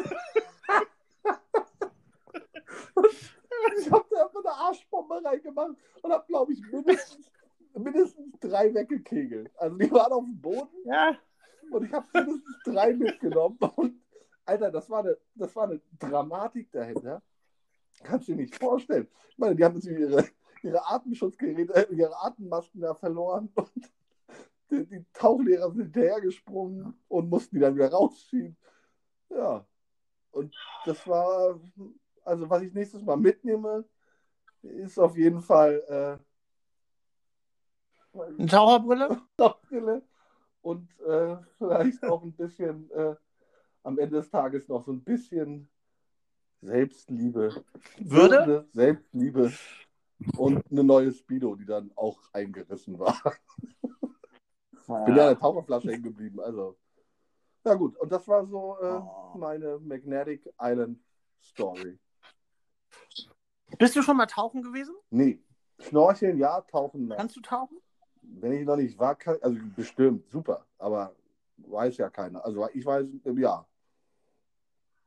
Ich habe da einfach eine Arschbombe reingemacht und habe, glaube ich, mindestens 3 weggekegelt. Also die waren auf dem Boden.
Ja.
Und ich habe mindestens 3 mitgenommen. Und Alter, das war eine Dramatik dahinter. Kannst du dir nicht vorstellen. Ich meine, die haben natürlich ihre Atemschutzgeräte, ihre Atemmasken da verloren. Und die Tauchlehrer sind hinterhergesprungen und mussten die dann wieder rausziehen. Ja. Und das war, also was ich nächstes Mal mitnehme, ist auf jeden Fall
eine Taucherbrille.
Und vielleicht auch ein bisschen am Ende des Tages noch so ein bisschen Selbstliebe. Selbstliebe und eine neue Speedo, die dann auch eingerissen war. Bin ja an der Taucherflasche hängen geblieben. Also, ja gut. Und das war so meine Magnetic Island Story.
Bist du schon mal tauchen gewesen?
Nee. Schnorcheln, ja, tauchen, nein.
Kannst du tauchen?
Wenn ich noch nicht war, also bestimmt, super. Aber weiß ja keiner. Also ich weiß, ja.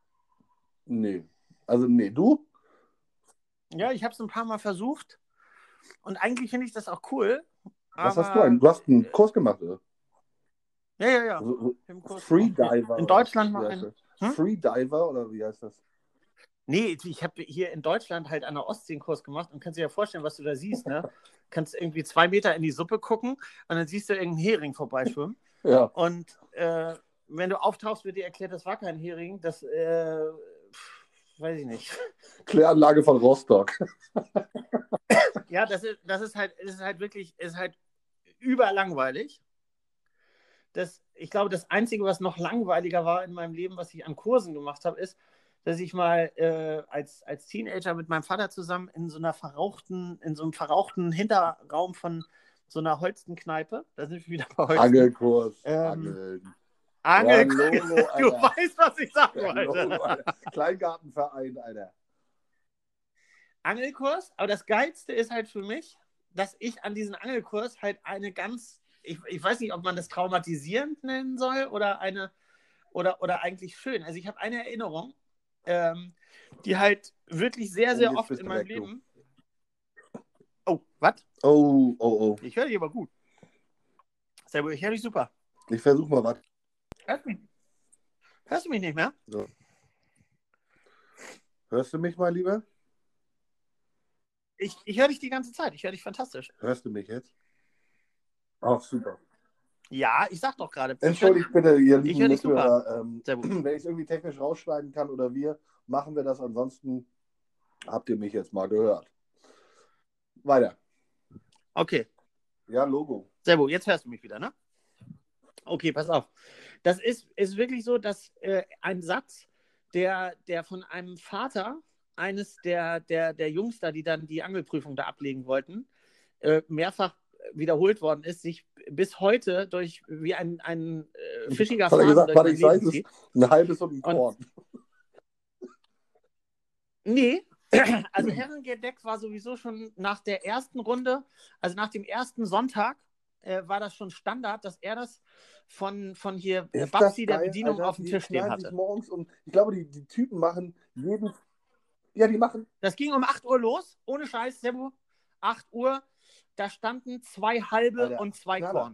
Nee. Also nee, du?
Ja, ich habe es ein paar Mal versucht Und eigentlich finde ich das auch cool.
Was hast du Du hast einen Kurs gemacht, oder?
Ja.
Freediver.
In Deutschland mal einen.
Freediver oder wie heißt das?
Nee, ich habe hier in Deutschland halt an der Ostsee einen Kurs gemacht und kannst dir ja vorstellen, was du da siehst, ne? Kannst irgendwie 2 Meter in die Suppe gucken und dann siehst du irgendeinen Hering vorbeischwimmen.
Ja.
Und wenn du auftauchst, wird dir erklärt, das war kein Hering, das weiß ich nicht.
Kläranlage von Rostock.
Ja, das ist halt wirklich, ist halt überlangweilig. Ich glaube, das Einzige, was noch langweiliger war in meinem Leben, was ich an Kursen gemacht habe, ist, dass ich mal als Teenager mit meinem Vater zusammen in so einem verrauchten Hinterraum von so einer Holstenkneipe, da sind wir wieder bei Holsten.
Angelkurs.
Angelkurs.
Ja, Logo,
du weißt, was ich sagen wollte.
Logo, Kleingartenverein, Alter.
Angelkurs, aber das Geilste ist halt für mich, dass ich an diesen Angelkurs halt eine ganz, ich weiß nicht, ob man das traumatisierend nennen soll oder eigentlich schön. Also ich habe eine Erinnerung, die halt wirklich sehr, sehr oft in meinem Leben. Oh, was?
Oh.
Ich höre dich aber gut. Servus, ich höre dich super.
Ich versuche mal was.
Hörst du mich nicht mehr?
So. Hörst du mich mal, Lieber?
Ich höre dich die ganze Zeit. Ich höre dich fantastisch.
Hörst du mich jetzt? Ach, super.
Ja, ich sag doch gerade.
Entschuldigt bitte, ihr lieben
ich höre dich super.
Wenn ich es irgendwie technisch rausschneiden kann oder machen wir das. Ansonsten habt ihr mich jetzt mal gehört. Weiter.
Okay.
Ja, Logo.
Servo, jetzt hörst du mich wieder, ne? Okay, pass auf. Das ist wirklich so, dass ein Satz, der von einem Vater eines der Jungs da, die dann die Angelprüfung da ablegen wollten, mehrfach wiederholt worden ist, sich bis heute wie ein fischiger Faden durch mein Leben zieht.
Ein halbes und ein Korn.
Nee, also Herrengedeck war sowieso schon nach der ersten Runde, also nach dem ersten Sonntag, war das schon Standard, dass er das von hier Babsi der Bedienung, Alter, auf dem Tisch stehen hatte.
Morgens ich glaube, die Typen machen jeden. Ja, die machen.
Das ging um 8 Uhr los, ohne Scheiß, Sebo. 8 Uhr, da standen 2 halbe, Alter, und 2 Korn.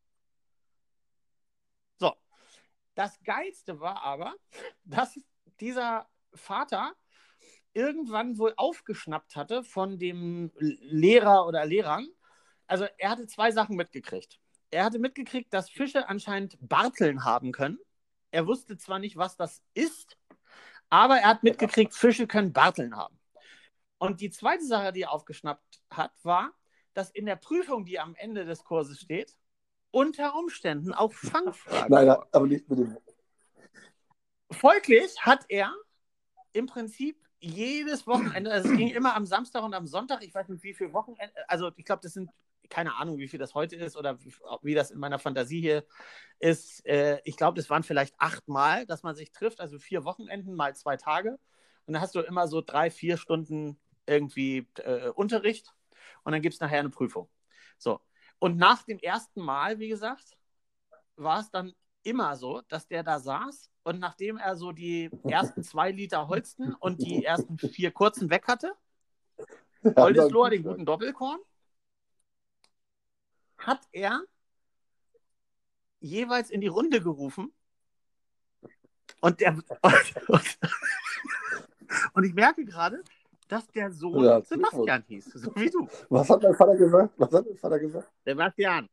So. Das Geilste war aber, dass dieser Vater irgendwann wohl aufgeschnappt hatte von dem Lehrer oder Lehrern. Also er hatte 2 Sachen mitgekriegt. Er hatte mitgekriegt, dass Fische anscheinend Barteln haben können. Er wusste zwar nicht, was das ist, aber er hat mitgekriegt, Fische können Barteln haben. Und die zweite Sache, die er aufgeschnappt hat, war, dass in der Prüfung, die am Ende des Kurses steht, unter Umständen auch Fangfragen.
Nein, aber nicht mit dem.
Folglich hat er im Prinzip jedes Wochenende, also es ging immer am Samstag und am Sonntag, ich weiß nicht, wie viele Wochenende, also ich glaube, das sind, keine Ahnung, wie viel das heute ist oder wie das in meiner Fantasie hier ist. Ich glaube, das waren vielleicht 8 Mal, dass man sich trifft, also 4 Wochenenden mal 2 Tage. Und dann hast du immer so 3-4 Stunden irgendwie Unterricht und dann gibt es nachher eine Prüfung. So. Und nach dem ersten Mal, wie gesagt, war es dann immer so, dass der da saß und nachdem er so die ersten 2 Liter Holsten und die ersten 4 kurzen weg hatte, Oldesloher, den guten Doppelkorn, hat er jeweils in die Runde gerufen und ich merke gerade, dass der Sohn Sebastian hieß, so wie du.
Was hat mein Vater gesagt?
Sebastian,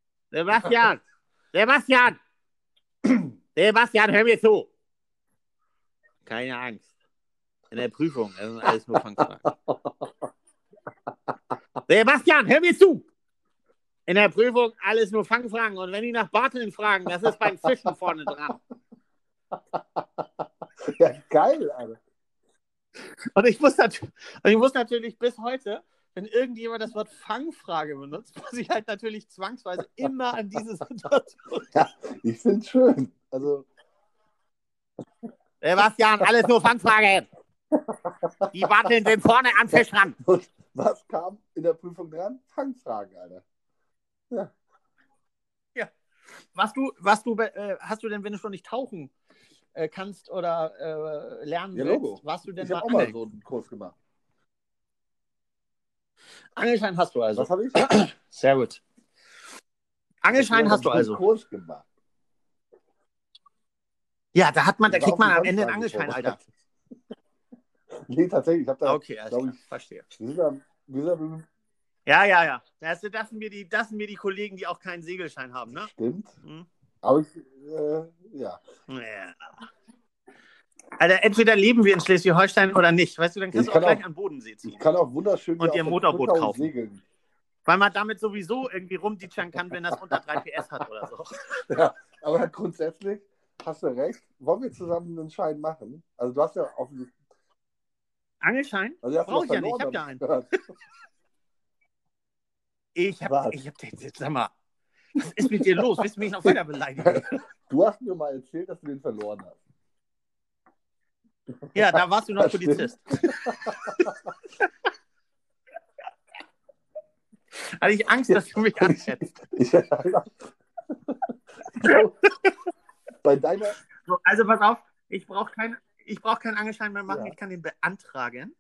hör mir zu. Keine Angst. In der Prüfung, das sind alles nur Fangfragen. Sebastian, hör mir zu. In der Prüfung alles nur Fangfragen. Und wenn die nach Barteln fragen, das ist beim Fischen vorne dran.
Ja, geil, Alter.
Und ich muss natürlich bis heute, wenn irgendjemand das Wort Fangfrage benutzt, muss ich halt natürlich zwangsweise immer an diese Situation.
Ja, ich finde es schön. Also.
Sebastian, alles nur Fangfragen. Die Barteln sind vorne am Fisch dran.
Und was kam in der Prüfung dran? Fangfragen, Alter. Ja.
Hast du denn, wenn du schon nicht tauchen kannst oder lernen willst, warst du denn
ich habe auch mal so einen Kurs gemacht.
Angelschein hast du also.
Was habe ich?
Sehr gut. Angelschein hast du also.
Kurs gemacht.
Ja, da kriegt man am Ende einen Angelschein, Alter.
Nee, tatsächlich. Ich habe da,
okay, also verstehe. Ja. Das sind mir die Kollegen, die auch keinen Segelschein haben, ne?
Stimmt. Aber ja.
Alter, entweder leben wir in Schleswig-Holstein oder nicht. Weißt du, dann kannst du auch gleich an Bodensee ziehen.
Ich kann auch wunderschön
und dir ein Motorboot kaufen.
Segeln.
Weil man damit sowieso irgendwie rumditschern kann, wenn das unter 3 PS hat oder so.
Ja, aber grundsätzlich hast du recht. Wollen wir zusammen einen Schein machen? Also du hast ja offensichtlich...
Angelschein?
Also
brauche ich ja nicht, ich habe ja einen. Sag mal, was ist mit dir los? Willst du mich noch weiter beleidigen?
Du hast mir mal erzählt, dass du den verloren hast.
Ja, da warst du noch Polizist. Hatte ich Angst, dass du mich anschätzt.
Bei deiner...
Also pass auf, ich brauche keinen Angelschein mehr machen, ich kann den beantragen.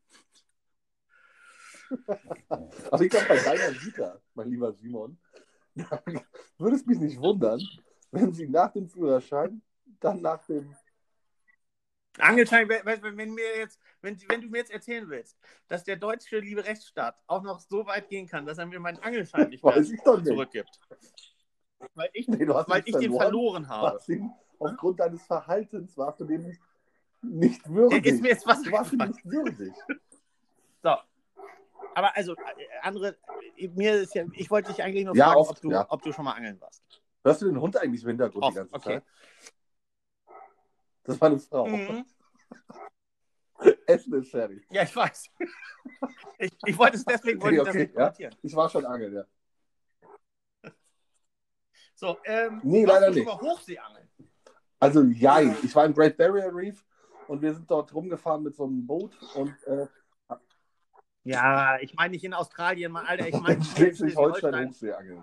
Aber ich glaube, bei deiner Vita, mein lieber Simon, würde es mich nicht wundern, wenn sie nach dem Führerschein, dann nach dem...
Angelschein, wenn du mir jetzt erzählen willst, dass der deutsche liebe Rechtsstaat auch noch so weit gehen kann, dass er mir meinen Angelschein nicht mehr zurückgibt. Weil ich den verloren habe.
Aufgrund deines Verhaltens warst du dem nicht würdig.
Ist mir jetzt was
du warst nicht würdig.
So. Aber also, ich wollte dich eigentlich nur fragen, ob du schon mal angeln warst.
Hörst du den Hund eigentlich im Hintergrund die ganze Zeit? Das war eine Frau. Essen ist fertig.
Ja, ich weiß. Ich wollte es deswegen das nicht kommentieren.
Ich war schon angeln, ja.
So,
nee, leider nicht.
Über Hochseeangeln?
Also, ja, ich war im Great Barrier Reef und wir sind dort rumgefahren mit so einem Boot und
ja, ich meine nicht in Australien, Mann, Alter, ich meine
in Schleswig-Holstein Hochseeangeln.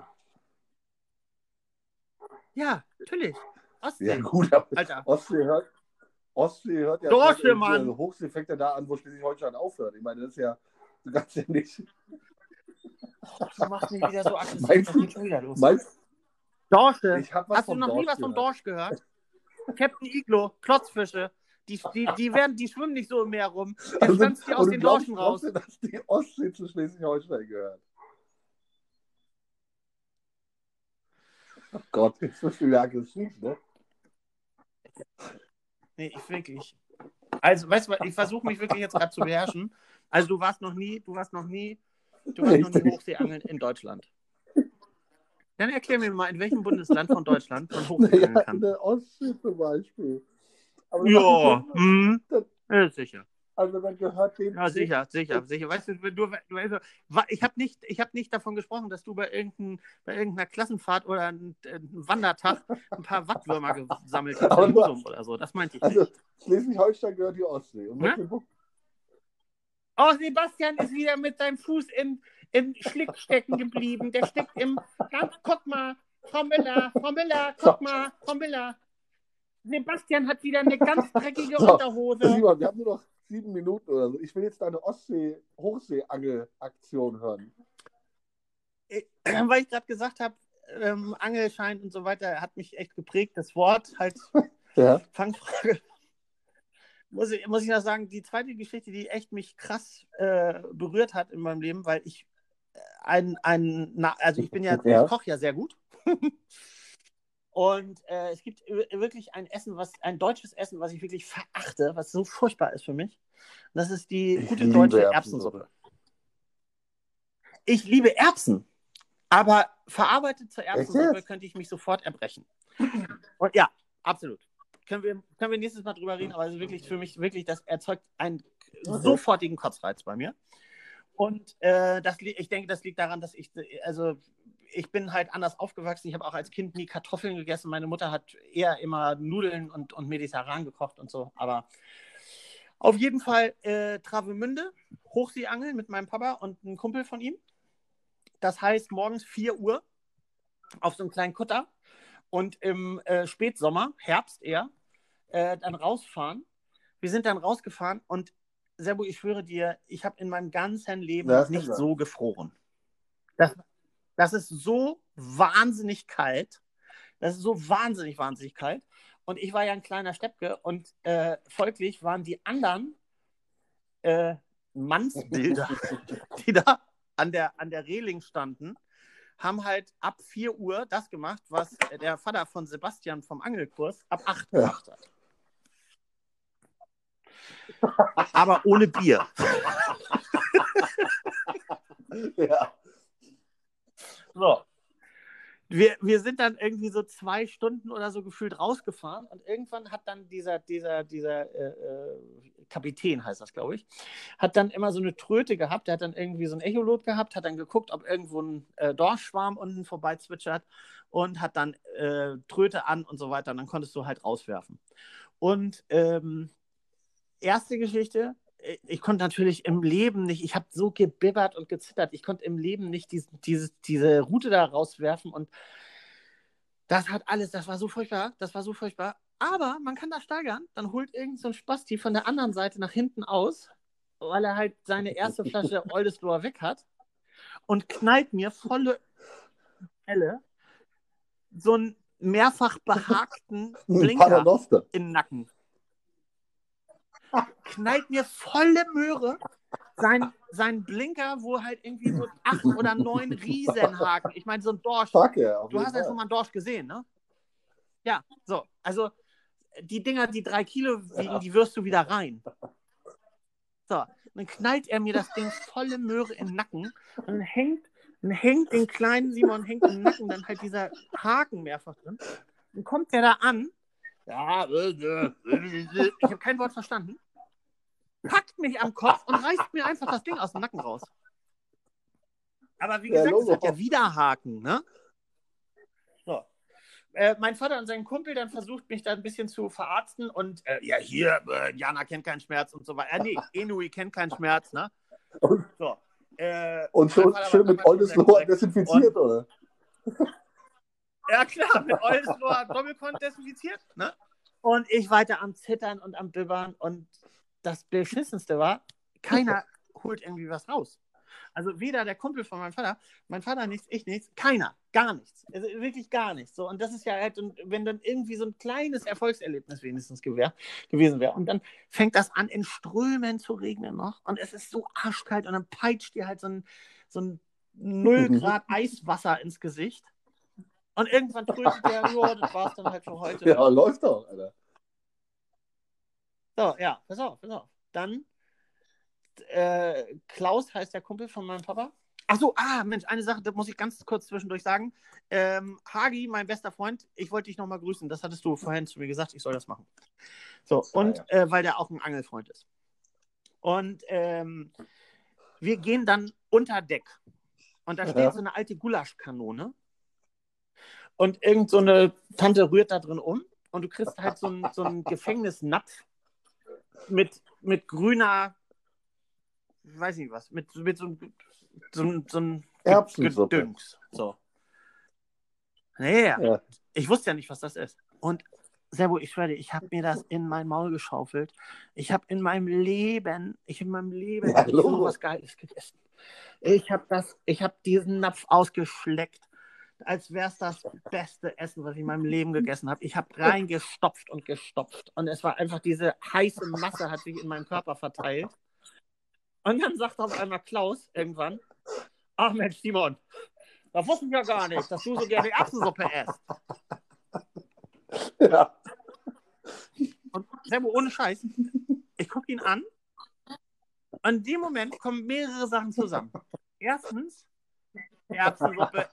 Ja, natürlich. Ostsee.
Ja, gut, aber
Alter.
Ostsee hört ja
Dorsche, Mann.
Hochsee fängt ja da an, wo Schleswig-Holstein aufhört. Ich meine, das ist ja, du kannst ja nicht.
Du machst mich wieder so aggressiv. Was ist schon wieder los? Dorsche. Hast du noch nie was vom Dorsch gehört? Captain Iglo, Klotzfische. Die schwimmen nicht so im Meer rum. Die pflanzt die aus den Dorschen raus.
Dass die Ostsee zu Schleswig-Holstein gehört. Oh Gott, jetzt bist du wieder aggressiv, ne?
Nee, ich wirklich. Also, weißt du, ich versuche mich wirklich jetzt gerade zu beherrschen. Also, du warst noch nie Hochseeangeln in Deutschland. Dann erklär mir mal, in welchem Bundesland von Deutschland man Hochseeangeln kann.
In der Ostsee zum Beispiel. Aber
ja, sicher.
Also dann gehört dem...
Ja, sicher. Weißt du, ich habe nicht davon gesprochen, dass du bei irgendeiner Klassenfahrt oder einem Wandertag ein paar Wattwürmer gesammelt hast oder so. Das meinte ich nicht.
Also Schleswig-Holstein gehört die Ostsee. Und
Oh, Sebastian ist wieder mit seinem Fuß im Schlick stecken geblieben. Der steckt guck mal, Frau Müller, guck mal, Frau Müller. Sebastian hat wieder eine ganz dreckige Unterhose.
Simon, wir haben nur noch 7 Minuten oder so. Ich will jetzt deine Hochsee-Angel-Aktion hören.
Weil ich gerade gesagt habe, Angelschein und so weiter hat mich echt geprägt. Das Wort halt Fangfrage. Muss ich noch sagen, die zweite Geschichte, die echt mich krass berührt hat in meinem Leben, weil ich ich koche ja sehr gut. Und es gibt wirklich ein deutsches Essen, was ich wirklich verachte, was so furchtbar ist für mich. Und das ist die gute deutsche Erbsensuppe. Ich liebe Erbsen, aber verarbeitet zur Erbsensuppe könnte ich mich sofort erbrechen. Und ja, absolut. Können wir nächstes Mal drüber reden, aber es ist wirklich für mich das erzeugt einen sofortigen Kotzreiz bei mir. Und ich denke, das liegt daran, dass ich bin halt anders aufgewachsen. Ich habe auch als Kind nie Kartoffeln gegessen. Meine Mutter hat eher immer Nudeln und mediterran gekocht und so. Aber auf jeden Fall Travemünde, Hochseeangeln mit meinem Papa und einem Kumpel von ihm. Das heißt morgens 4 Uhr auf so einem kleinen Kutter und im Spätsommer, Herbst eher, dann rausfahren. Wir sind dann rausgefahren und Serbu, ich schwöre dir, ich habe in meinem ganzen Leben noch nicht so gefroren. Das ist so wahnsinnig kalt. Das ist so wahnsinnig kalt. Und ich war ja ein kleiner Steppke und folglich waren die anderen Mannsbilder, die da an der Reling standen, haben halt ab 4 Uhr das gemacht, was der Vater von Sebastian vom Angelkurs ab 8 gemacht hat. Aber ohne Bier.
Ja.
So. Wir sind dann irgendwie so 2 Stunden oder so gefühlt rausgefahren und irgendwann hat dann dieser Kapitän, heißt das, glaube ich, hat dann immer so eine Tröte gehabt, der hat dann irgendwie so ein Echolot gehabt, hat dann geguckt, ob irgendwo ein Dorschschwarm unten vorbei zwitschert und hat dann Tröte an und so weiter und dann konntest du halt rauswerfen. Und erste Geschichte, ich konnte natürlich im Leben nicht, ich habe so gebibbert und gezittert, ich konnte im Leben nicht diese Rute da rauswerfen und das war so furchtbar, aber man kann das steigern, dann holt irgend so ein Spasti von der anderen Seite nach hinten aus, weil er halt seine erste Flasche Oldesloe weg hat und knallt mir volle Elle so einen mehrfach behakten Blinker in den Nacken. Knallt mir volle Möhre sein Blinker, wo halt irgendwie so 8 oder 9 Riesenhaken. Ich meine, so ein Dorsch. Du hast ja schon mal einen Dorsch gesehen, ne? Ja, so. Also, die Dinger, die 3 Kilo wiegen, die wirst du wieder rein. So, dann knallt er mir das Ding volle Möhre in den Nacken und dann hängt den kleinen Simon im Nacken dann halt dieser Haken mehrfach drin. Dann kommt der da an. Ja, ich habe kein Wort verstanden. Packt mich am Kopf und reißt mir einfach das Ding aus dem Nacken raus. Aber wie gesagt, es hat ja wieder Haken, ne? So. Mein Vater und sein Kumpel dann versucht, mich da ein bisschen zu verarzten und Jana kennt keinen Schmerz und so weiter. Nee, Enui kennt keinen Schmerz, ne? So.
Und schön mit Oldesloe desinfiziert, oder?
Ja, klar, mit Oldesloe Doppelkont desinfiziert, ne? Und ich weiter am Zittern und am Bibbern und das Beschissenste war, keiner holt irgendwie was raus. Also weder der Kumpel von mein Vater nichts, ich nichts, keiner, gar nichts. Also wirklich gar nichts. So, und das ist ja halt, wenn dann irgendwie so ein kleines Erfolgserlebnis wenigstens gewesen wäre. Und dann fängt das an, in Strömen zu regnen noch. Und es ist so arschkalt und dann peitscht dir halt so ein 0 Grad Eiswasser ins Gesicht. Und irgendwann trötet der, das war's dann halt für heute.
Ja, läuft doch, Alter.
So, ja, pass auf. Dann, Klaus heißt der Kumpel von meinem Papa. Achso, Mensch, eine Sache, das muss ich ganz kurz zwischendurch sagen. Hagi, mein bester Freund, ich wollte dich nochmal grüßen. Das hattest du vorhin zu mir gesagt, ich soll das machen. So, und weil der auch ein Angelfreund ist. Und wir gehen dann unter Deck. Und da steht so eine alte Gulaschkanone. Und irgend so eine Tante rührt da drin um. Und du kriegst halt so einen Gefängnisnapf mit grüner, weiß nicht was, mit so einem Gedüngs. So. Ja. Ich wusste ja nicht, was das ist. Und Servo, ich schwöre dir, ich habe mir das in mein Maul geschaufelt. Ich habe in meinem Leben so was Geiles gegessen. Ich habe diesen Napf ausgeschleckt, als wäre es das beste Essen, was ich in meinem Leben gegessen habe. Ich habe reingestopft und gestopft. Und es war einfach diese heiße Masse, hat sich in meinem Körper verteilt. Und dann sagt auf einmal Klaus irgendwann, ach Mensch, Simon, das wusste ich ja gar nicht, dass du so gerne Erbsensuppe esst.
Ja.
Und Servo, ohne Scheiß, ich gucke ihn an und in dem Moment kommen mehrere Sachen zusammen. Erstens, Erbsensuppe,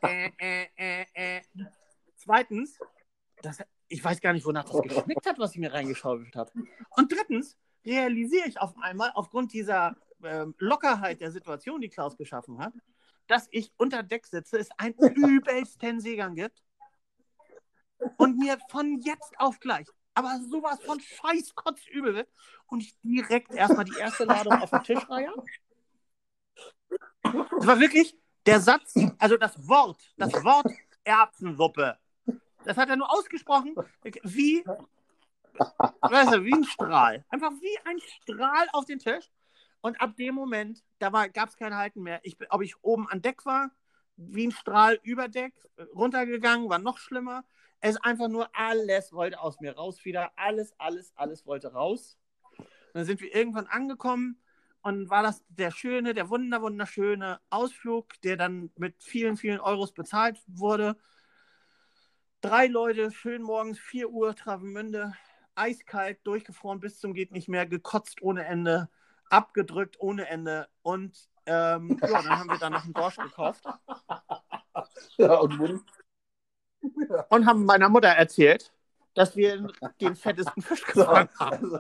Zweitens, ich weiß gar nicht, wonach das geschmeckt hat, was ich mir reingeschaufelt habe. Und drittens realisiere ich auf einmal, aufgrund dieser Lockerheit der Situation, die Klaus geschaffen hat, dass ich unter Deck sitze, es einen übelsten Seegang gibt und mir von jetzt auf gleich, aber sowas von scheißkotzübel wird und ich direkt erstmal die erste Ladung auf den Tisch reihe. Das war wirklich der Satz, also das Wort Erbsensuppe. Das hat er nur ausgesprochen, wie ein Strahl. Einfach wie ein Strahl auf den Tisch. Und ab dem Moment, gab es kein Halten mehr. Ob ich oben an Deck war, wie ein Strahl über Deck, runtergegangen, war noch schlimmer. Es ist einfach nur, alles wollte aus mir raus wieder. Alles wollte raus. Und dann sind wir irgendwann angekommen und war das der wunderschöne Ausflug, der dann mit vielen, vielen Euros bezahlt wurde. 3 Leute, schön morgens, 4 Uhr, Travemünde, eiskalt, durchgefroren bis zum geht nicht mehr, gekotzt ohne Ende, abgedrückt ohne Ende. Und dann haben wir dann noch einen Dorsch gekauft.
Ja,
und haben meiner Mutter erzählt, dass wir den fettesten Fisch gefangen haben.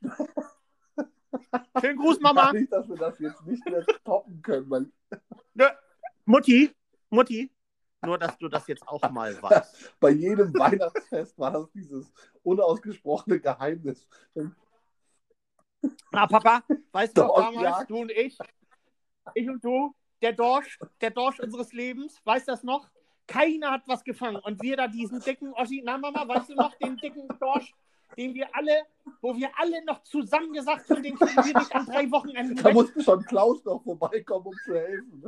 Schönen Gruß, Mama.
Nicht, dass wir das jetzt nicht mehr toppen können.
Mutti, nur dass du das jetzt auch mal weißt.
Bei jedem Weihnachtsfest war das dieses unausgesprochene Geheimnis.
Na, Papa, weißt du noch damals, du und ich und du, der Dorsch unseres Lebens, weißt du das noch? Keiner hat was gefangen. Und wir da diesen dicken Oschi, na Mama, weißt du noch, den dicken Dorsch, wo wir alle noch zusammen gesagt haben, den kriegen wir nicht an 3 Wochenenden
Da musste schon Klaus noch vorbeikommen, um zu helfen.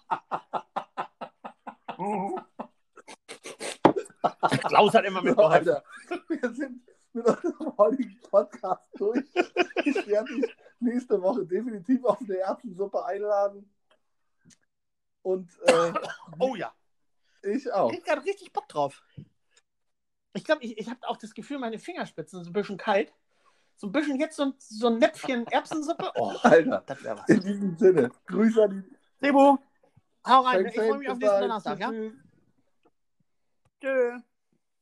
Klaus hat immer mitgeholfen.
Wir sind mit unserem heutigen Podcast durch. Ich werde dich nächste Woche definitiv auf eine Erbsensuppe einladen. Und
oh ja.
Ich auch.
Ich habe gerade richtig Bock drauf. Ich glaube, ich habe auch das Gefühl, meine Fingerspitzen sind ein bisschen kalt. So ein bisschen jetzt so ein Näpfchen Erbsensuppe. Oh,
Alter,
das wäre was.
In diesem Sinne, Grüße an die...
Sebo, hau rein. Ich freue mich auf nächsten Donnerstag. Ja? Tschö.